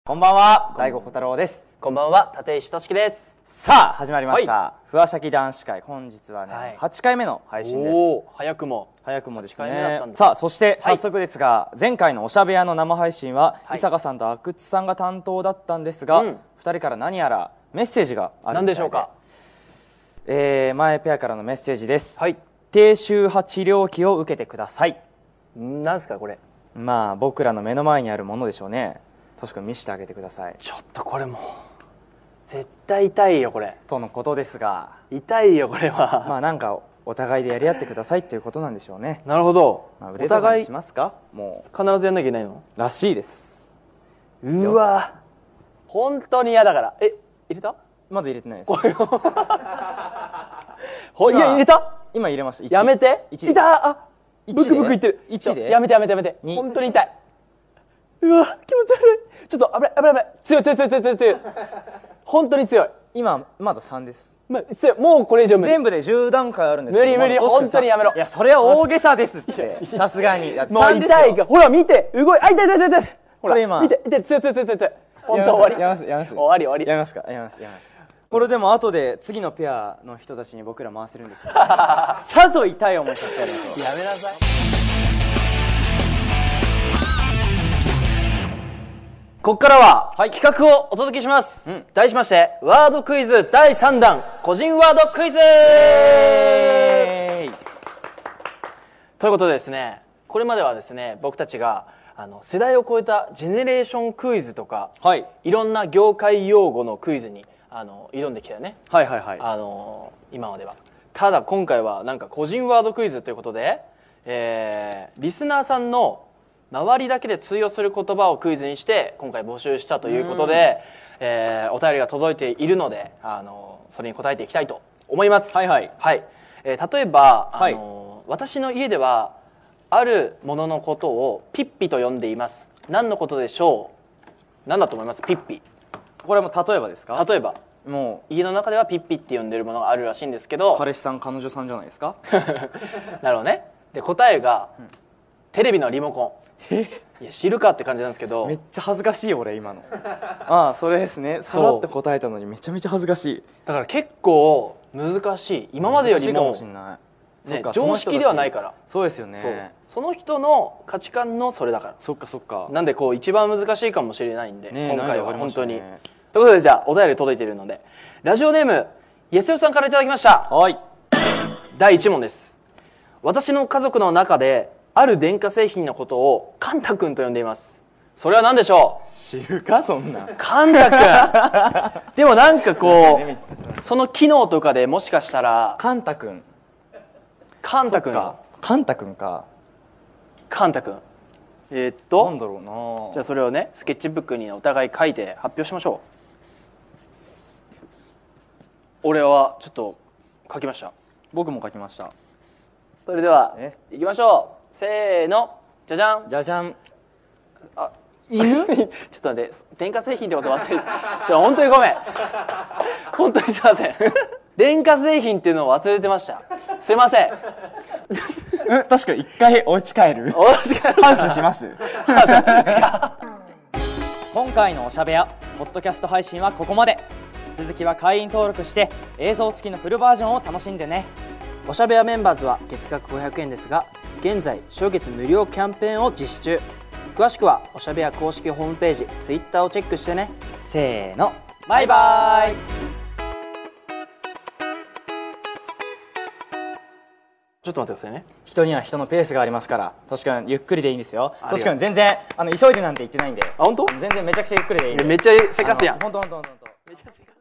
こんばんは、大悟小太郎です。 こんばんは、立石俊樹です。 さあ始まりました、ふわしゃき男子会。本日はね、8回目の配信です。 おお、早くもですね。さあそして早速ですが、前回のおしゃべやの生配信は伊坂さんと阿久津さんが担当だったんですが、2人から何やらメッセージがあるみたいで。 何でしょうか。 前ペアからのメッセージです。 はい。 低周波治療器を受けてください。 なんですかこれ。 まあ僕らの目の前にあるものでしょうね。確か見せてあげてください。 ちょっとこれも絶対痛いよこれ。 とのことですが、 痛いよこれは。 まあなんかお互いでやり合ってくださいっていうことなんでしょうね。 なるほど。 まあ、腕とかにしますか。もう必ずやんなきゃいけないのらしいです。 うわ本当に嫌だから。入れた？ まだ入れてないです。 いや入れた？ 今入れました。 やめて。痛っ。ブクブクいってる。 1でやめて。本当に痛い。うわ気持ち悪い。ちょっと危ない。強い。本当に強い。 今まだ3です。 強い。もうこれ以上無理。 全部で10段階あるんですけど。無理本当にやめろ。 いやそれは大げさですって。さすがに。 もう痛いか。ほら見て。動い。痛い。ほら今見て。強い。本当終わり。 やめます。 終わり。 やめますか。これでも後で次のペアの人たちに僕ら回せるんですよ。さぞ痛い思いさせてやるんですよ。 やめなさい。ここからは企画をお届けします。題しましてワードクイズ第3弾個人ワードクイズということでですね、これまではですね僕たちが世代を超えたジェネレーションクイズとか、いろんな業界用語のクイズに挑んできたよね。今までは。ただ今回はなんか個人ワードクイズということで、リスナーさんの周りだけで通用する言葉をクイズにして今回募集したということで、お便りが届いているのでそれに答えていきたいと思います。例えば、私の家ではあるもののことをピッピと呼んでいます。何のことでしょう。何だと思います？ピッピ。 これも例えばですか？ 例えばもう家の中ではピッピって呼んでるものがあるらしいんですけど、 彼氏さん彼女さんじゃないですか？ なるほどね。で答えが、テレビのリモコン。いや知るかって感じなんですけど、 めっちゃ恥ずかしい俺今の。ああそれですね。さらって答えたのにめちゃめちゃ恥ずかしい。 だから結構難しい。今までよりも常識ではないから。 そうですよね。 その人の価値観のそれだから。 そっか。 なんで一番難しいかもしれないんで、今回は本当に。ということでじゃあお便り届いているので、ラジオネームイエスヨさんからいただきました。第1問です。私の家族の中である電化製品のことをカンタ君と呼んでいます。それは何でしょう？ 知るかそんな。 カンタ君。でもなんかその機能とかでもしかしたらカンタ君か。 なんだろうな。 じゃあそれをねスケッチブックにお互い書いて発表しましょう。俺はちょっと書きました。 僕も書きました。 それでは行きましょう。せーの、じゃじゃん。 じゃじゃん。 犬？ちょっと待って、電化製品ってこと忘れて。本当にごめん。本当にすいません。電化製品っていうのを忘れてました。すいません。 確かに一回お家帰る。ハウスします。今回のおしゃべやポッドキャスト配信はここまで。続きは会員登録して映像付きのフルバージョンを楽しんでね。 おしゃべやメンバーズは月額500円ですが、現在初月無料キャンペーンを実施中。詳しくはおしゃべや公式ホームページ、Twitter をチェックしてね。 せーの、バイバイ。 ちょっと待ってくださいね。 人には人のペースがありますから。確かにゆっくりでいいんですよ。確かに全然急いでなんて言ってないんで。 本当？ 全然めちゃくちゃゆっくりでいいんで。 めっちゃせかすやん。 本当。めっちゃせかす。